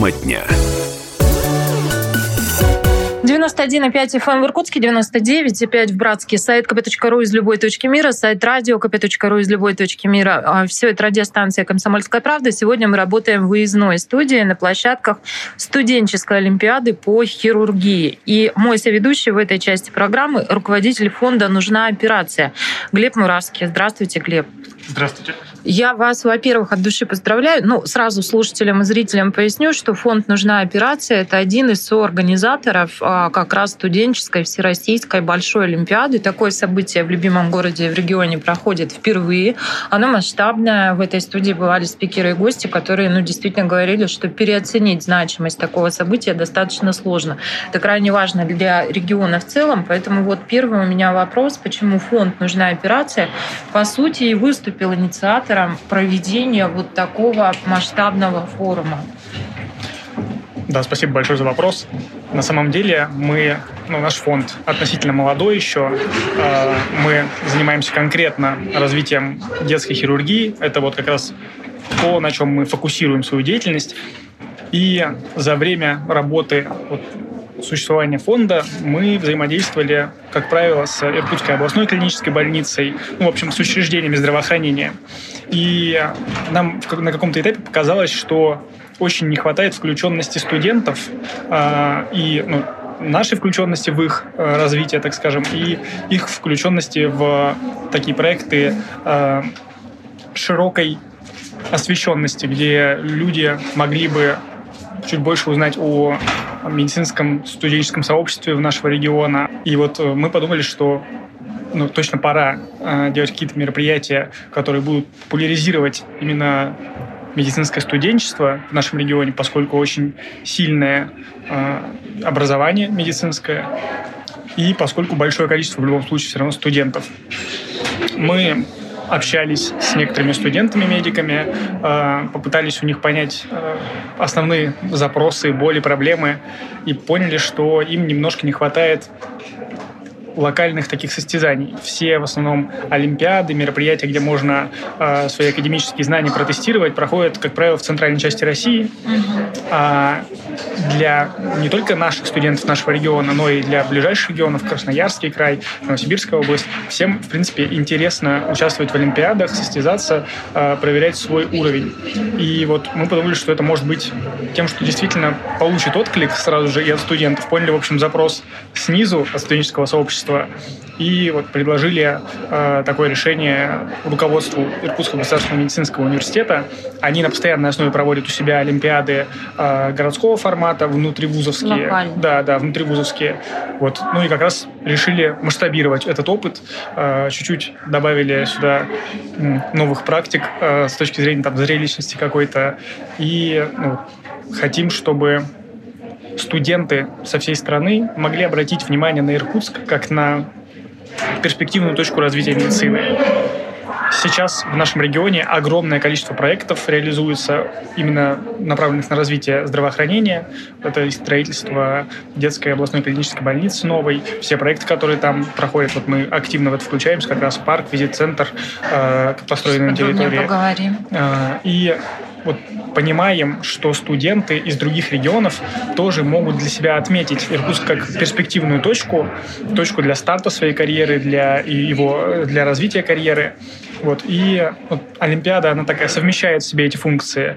Тема дня. 91,5 FM в Иркутске, 99,5 в Братске. Сайт kp.ru из любой точки мира, сайт радио kp.ru из любой точки мира. Все это радиостанция «Комсомольская правда». Сегодня мы работаем в выездной студии на площадках студенческой олимпиады по хирургии. И мой соведущий в этой части программы — руководитель фонда «Нужна операция» Глеб Муравский. Здравствуйте, Глеб. Здравствуйте. Я вас, во-первых, от души поздравляю. Сразу слушателям и зрителям поясню, что фонд «Нужна операция» — это один из соорганизаторов как раз студенческой всероссийской большой олимпиады. Такое событие в любимом городе и в регионе проходит впервые. Оно масштабное. В этой студии бывали спикеры и гости, которые действительно говорили, что переоценить значимость такого события достаточно сложно. Это крайне важно для региона в целом. Поэтому первый у меня вопрос, почему фонд «Нужна операция» по сути и выступил инициатором проведения такого масштабного форума. Да, спасибо большое за вопрос. На самом деле наш фонд относительно молодой еще. Мы занимаемся конкретно развитием детской хирургии. Это как раз то, на чем мы фокусируем свою деятельность. И за время работы существования фонда мы взаимодействовали, как правило, с Иркутской областной клинической больницей, с учреждениями здравоохранения. И нам на каком-то этапе показалось, что очень не хватает включенности студентов и нашей включенности в их развитие, так скажем, и их включенности в такие проекты широкой освещенности, где люди могли бы чуть больше узнать о медицинском студенческом сообществе нашего региона. И мы подумали, что точно пора делать какие-то мероприятия, которые будут популяризировать именно медицинское студенчество в нашем регионе, поскольку очень сильное образование медицинское и поскольку большое количество в любом случае все равно студентов. Мы общались с некоторыми студентами-медиками, попытались у них понять основные запросы, боли, проблемы и поняли, что им немножко не хватает локальных таких состязаний. Все в основном олимпиады, мероприятия, где можно свои академические знания протестировать, проходят, как правило, в центральной части России. А для не только наших студентов нашего региона, но и для ближайших регионов, Красноярский край, Новосибирская область, всем, в принципе, интересно участвовать в олимпиадах, состязаться, проверять свой уровень. И мы подумали, что это может быть тем, что действительно получит отклик сразу же и от студентов. Поняли, запрос снизу, от студенческого сообщества, и предложили такое решение руководству Иркутского государственного медицинского университета. Они на постоянной основе проводят у себя олимпиады городского формата, внутривузовские. Локально. Да, внутривузовские. И как раз решили масштабировать этот опыт, чуть-чуть добавили сюда новых практик с точки зрения зрелищности какой-то. И хотим, чтобы студенты со всей страны могли обратить внимание на Иркутск как на перспективную точку развития медицины. Сейчас в нашем регионе огромное количество проектов реализуется, именно направленных на развитие здравоохранения. Это строительство детской областной клинической больницы новой. Все проекты, которые там проходят, мы активно в это включаемся, как раз парк, визит-центр, построенный на территории. Поговорим. И понимаем, что студенты из других регионов тоже могут для себя отметить Иркутск как перспективную точку для старта своей карьеры, для развития карьеры. И Олимпиада, она такая, совмещает в себе эти функции.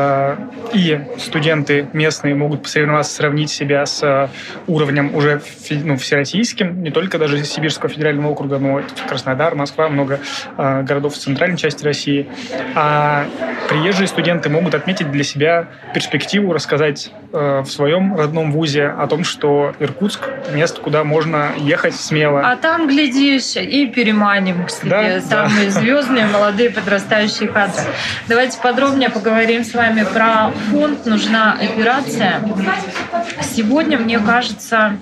И студенты местные могут посоревноваться, сравнить себя с уровнем уже всероссийским, не только даже Сибирского федерального округа, но это Краснодар, Москва, много городов в центральной части России. А приезжие студенты могут отметить для себя перспективу, рассказать в своем родном вузе о том, что Иркутск — место, куда можно ехать смело. А там, глядишь, и переманим к себе самые звездные, молодые, подрастающие кадры. Давайте подробнее поговорим с вами про фонд «Нужна операция». Сегодня, мне кажется,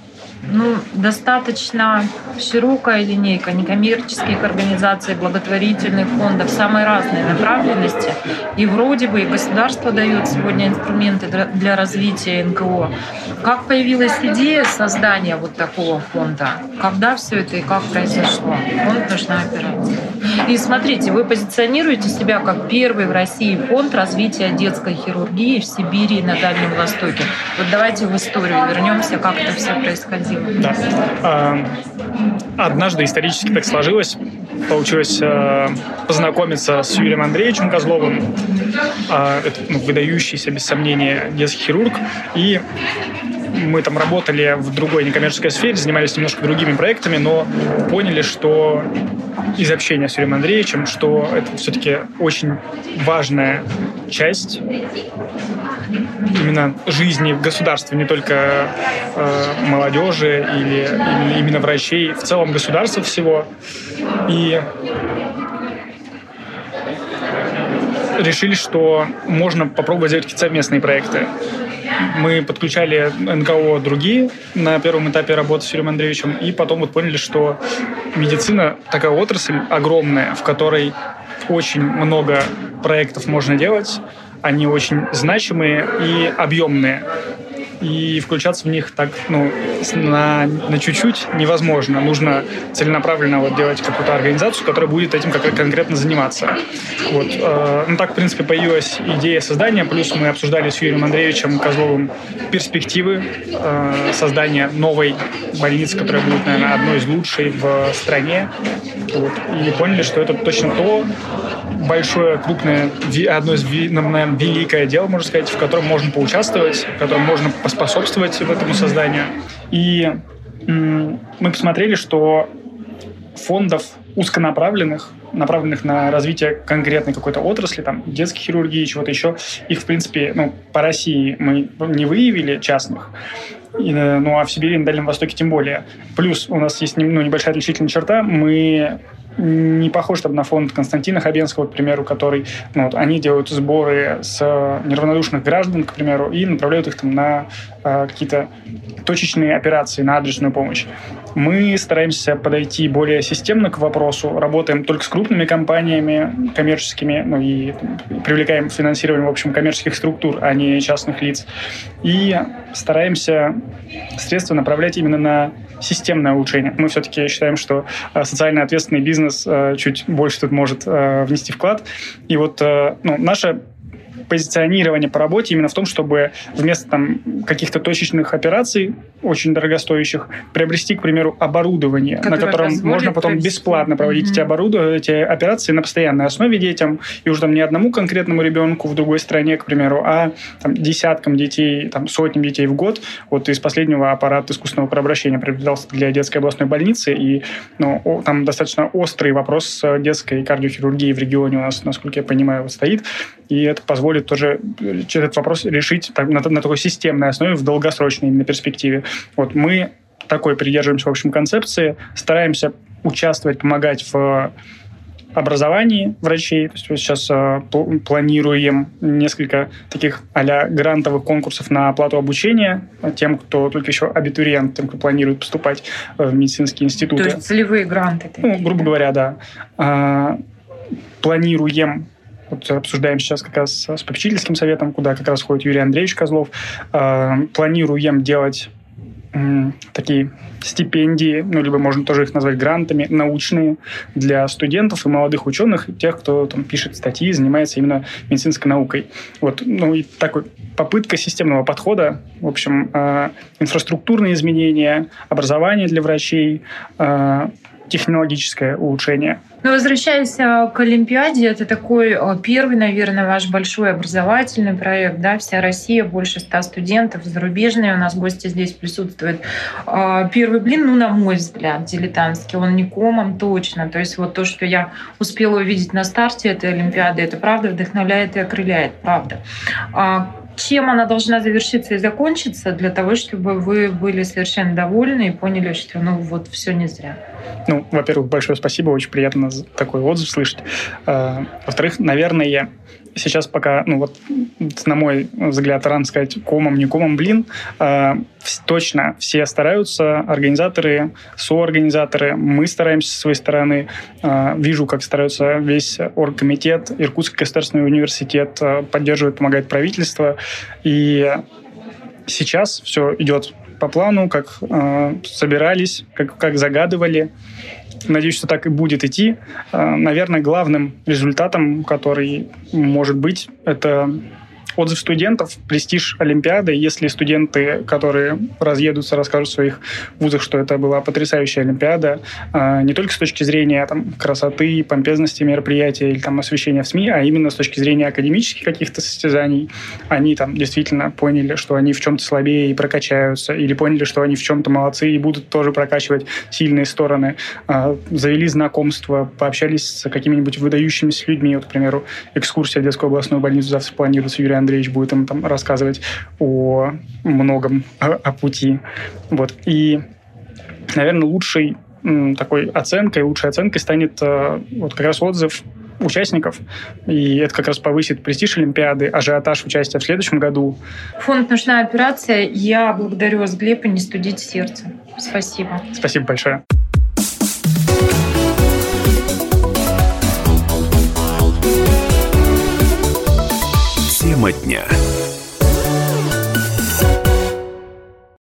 достаточно широкая линейка некоммерческих организаций, благотворительных фондов самой разной направленности. И вроде бы и государство дает сегодня инструменты для развития НКО. Как появилась идея создания такого фонда? Когда все это и как произошло? Фонд «Нужна операция». И смотрите, вы позиционируете себя как первый в России фонд развития детской хирургии в Сибири и на Дальнем Востоке. Вот давайте в историю вернемся, как это все происходило. Да. Однажды исторически так сложилось. Получилось познакомиться с Юрием Андреевичем Козловым. Это выдающийся, без сомнения, детский хирург. И мы там работали в другой некоммерческой сфере, занимались немножко другими проектами, но поняли, что из общения с Юрием Андреевичем, что это все-таки очень важная часть именно жизни в государстве, не только молодежи или именно врачей, в целом государства всего. И решили, что можно попробовать сделать какие-то совместные проекты. Мы подключали НКО другие на первом этапе работы с Юрием Андреевичем, и потом вот поняли, что медицина такая отрасль огромная, в которой очень много проектов можно делать, они очень значимые и объемные. И включаться в них так, на чуть-чуть невозможно. Нужно целенаправленно делать какую-то организацию, которая будет этим конкретно заниматься. Так, в принципе, появилась идея создания, плюс мы обсуждали с Юрием Андреевичем Козловым перспективы создания новой больницы, которая будет, наверное, одной из лучших в стране. И поняли, что это точно то большое, крупное, одно из, наверное, великое дело, можно сказать, в котором можно поучаствовать, в котором можно поспособствовать в этому созданию. И мы посмотрели, что фондов узконаправленных, направленных на развитие конкретной какой-то отрасли, там, детской хирургии, чего-то еще, их, в принципе, по России мы не выявили частных, а в Сибири и на Дальнем Востоке тем более. Плюс у нас есть небольшая отличительная черта, мы не похож на фонд Константина Хабенского, к примеру, который, они делают сборы с неравнодушных граждан, к примеру, и направляют их там на какие-то точечные операции, на адресную помощь. Мы стараемся подойти более системно к вопросу, работаем только с крупными компаниями коммерческими, и привлекаем финансирование, в общем, коммерческих структур, а не частных лиц. И стараемся средства направлять именно на системное улучшение. Мы все-таки считаем, что социально ответственный бизнес чуть больше тут может внести вклад. И наше позиционирование по работе именно в том, чтобы вместо каких-то точечных операций, очень дорогостоящих, приобрести, к примеру, оборудование, на котором можно потом бесплатно проводить эти операции на постоянной основе детям, и уже не одному конкретному ребенку в другой стране, к примеру, а десяткам детей, сотням детей в год. Из последнего аппарат искусственного кровообращения приобретался для детской областной больницы, и там достаточно острый вопрос с детской кардиохирургией в регионе у нас, насколько я понимаю, стоит, и это позволит тоже этот вопрос решить на такой системной основе в долгосрочной именно перспективе. Мы такой придерживаемся, в общем, концепции, стараемся участвовать, помогать в образовании врачей. То есть сейчас планируем несколько таких а-ля грантовых конкурсов на оплату обучения тем, кто только еще абитуриент, тем, кто планирует поступать в медицинские институты. То есть целевые гранты? Грубо говоря, да. Планируем, обсуждаем сейчас как раз с попечительским советом, куда как раз ходит Юрий Андреевич Козлов. Планируем делать такие стипендии, либо можно тоже их назвать грантами, научные для студентов и молодых ученых, и тех, кто пишет статьи, занимается именно медицинской наукой. И такой попытка системного подхода, в общем, инфраструктурные изменения, образование для врачей, технологическое улучшение. Возвращаясь к Олимпиаде, это такой первый, наверное, ваш большой образовательный проект, да, вся Россия, больше 100 студентов, зарубежные у нас гости здесь присутствуют. Первый блин, на мой взгляд, дилетантский, он не комом точно, то есть то, что я успела увидеть на старте этой Олимпиады, это правда вдохновляет и окрыляет, правда. Чем она должна завершиться и закончиться для того, чтобы вы были совершенно довольны и поняли, что все не зря? Во-первых, большое спасибо, очень приятно такой отзыв слышать. Во-вторых, наверное, сейчас пока, на мой взгляд, рано сказать комом, не комом, точно все стараются, организаторы, соорганизаторы, мы стараемся со своей стороны. Вижу, как стараются весь оргкомитет, Иркутский государственный университет поддерживает, помогает правительство. И сейчас все идет по плану, как собирались, как загадывали. Надеюсь, что так и будет идти. Наверное, главным результатом, который может быть, это отзыв студентов, престиж Олимпиады. Если студенты, которые разъедутся, расскажут в своих вузах, что это была потрясающая Олимпиада, не только с точки зрения красоты, помпезности мероприятия или освещения в СМИ, а именно с точки зрения академических каких-то состязаний, они действительно поняли, что они в чем-то слабее и прокачаются, или поняли, что они в чем-то молодцы и будут тоже прокачивать сильные стороны, завели знакомства, пообщались с какими-нибудь выдающимися людьми. Вот, к примеру, экскурсия в детскую областную больницу завтра планируется. Юрий Андреевич будет им рассказывать о многом, о пути. Вот. И, наверное, лучшей оценкой станет как раз отзыв участников, и это как раз повысит престиж Олимпиады, ажиотаж участия в следующем году. Фонд «Нужна операция». Я благодарю вас, Глеб, и не студите сердце. Спасибо. Спасибо большое. Тема дня.